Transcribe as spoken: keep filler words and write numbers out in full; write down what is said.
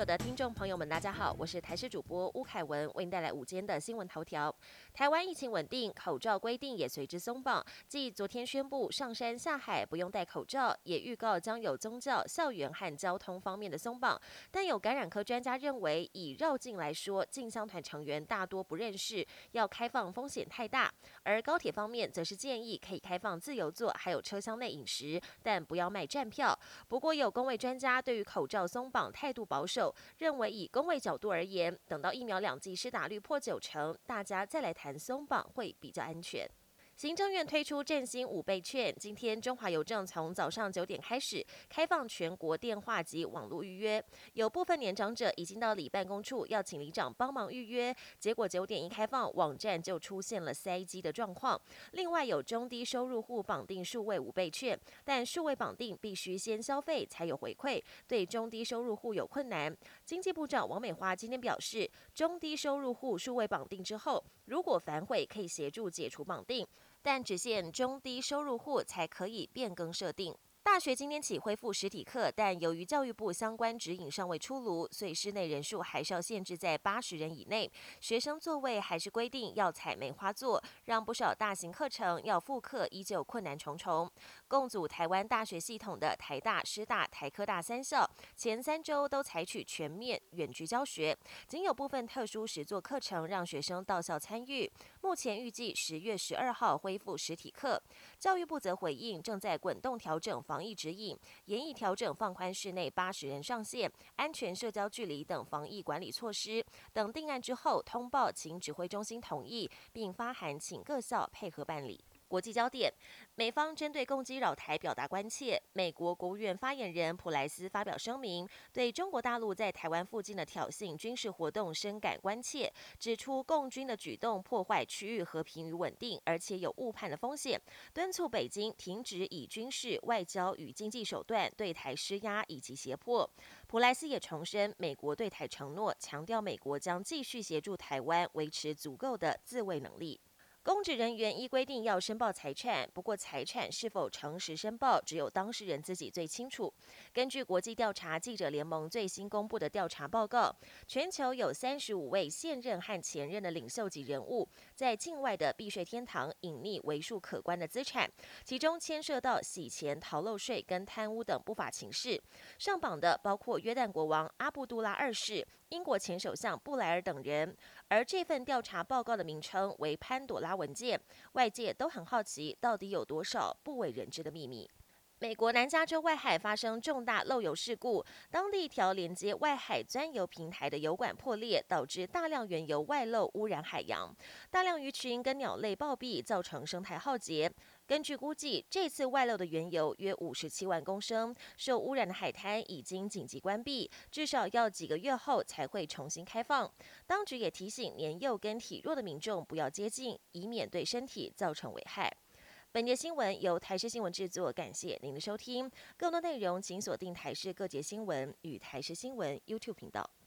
有的听众朋友们，大家好，我是台视主播巫凯文，为您带来午间的新闻头条。台湾疫情稳定，口罩规定也随之松绑。继昨天宣布上山下海不用戴口罩，也预告将有宗教、校园和交通方面的松绑。但有感染科专家认为，以绕境来说，进香团成员大多不认识，要开放风险太大。而高铁方面则是建议可以开放自由座，还有车厢内饮食，但不要卖站票。不过有公卫专家对于口罩松绑态度保守，认为以公卫角度而言，等到疫苗两剂施打率破九成，大家再来谈松绑会比较安全。行政院推出振兴五倍券，今天中华邮政从早上九点开始开放全国电话及网络预约，有部分年长者已经到里办公处要请里长帮忙预约，结果九点一开放，网站就出现了塞机的状况。另外有中低收入户绑定数位五倍券，但数位绑定必须先消费才有回馈，对中低收入户有困难。经济部长王美花今天表示，中低收入户数位绑定之后，如果反悔可以协助解除绑定，但只限中低收入户才可以变更设定。大学今天起恢复实体课，但由于教育部相关指引尚未出炉，所以室内人数还是要限制在八十人以内。学生座位还是规定要采梅花座，让不少大型课程要复课依旧困难重重。共组台湾大学系统的台大、师大、台科大三校，前三周都采取全面远距教学，仅有部分特殊实作课程让学生到校参与。目前预计十月十二号恢复实体课。教育部则回应，正在滚动调整防疫指引，研议调整放宽室内八十人上限、安全社交距离等防疫管理措施。等定案之后，通报请指挥中心同意，并发函请各校配合办理。国际焦点，美方针对攻击扰台表达关切。美国国务院发言人普莱斯发表声明，对中国大陆在台湾附近的挑衅军事活动深感关切，指出共军的举动破坏区域和平与稳定，而且有误判的风险，敦促北京停止以军事、外交与经济手段对台施压以及胁迫。普莱斯也重申美国对台承诺，强调美国将继续协助台湾维持足够的自卫能力。公职人员依规定要申报财产，不过财产是否诚实申报，只有当事人自己最清楚。根据国际调查记者联盟最新公布的调查报告，全球有三十五位现任和前任的领袖级人物，在境外的避税天堂隐匿为数可观的资产，其中牵涉到洗钱、逃漏税跟贪污等不法情事。上榜的包括约旦国王阿布杜拉二世、英国前首相布莱尔等人。而这份调查报告的名称为潘朵拉文件，外界都很好奇，到底有多少不为人知的秘密。美国南加州外海发生重大漏油事故，当地一条连接外海钻油平台的油管破裂，导致大量原油外漏，污染海洋。大量鱼群跟鸟类暴毙，造成生态浩劫。根据估计，这次外漏的原油约五十七万公升，受污染的海滩已经紧急关闭，至少要几个月后才会重新开放。当局也提醒年幼跟体弱的民众不要接近，以免对身体造成危害。本节新闻由台视新闻制作，感谢您的收听。更多内容请锁定台视各节新闻与台视新闻 YouTube 频道。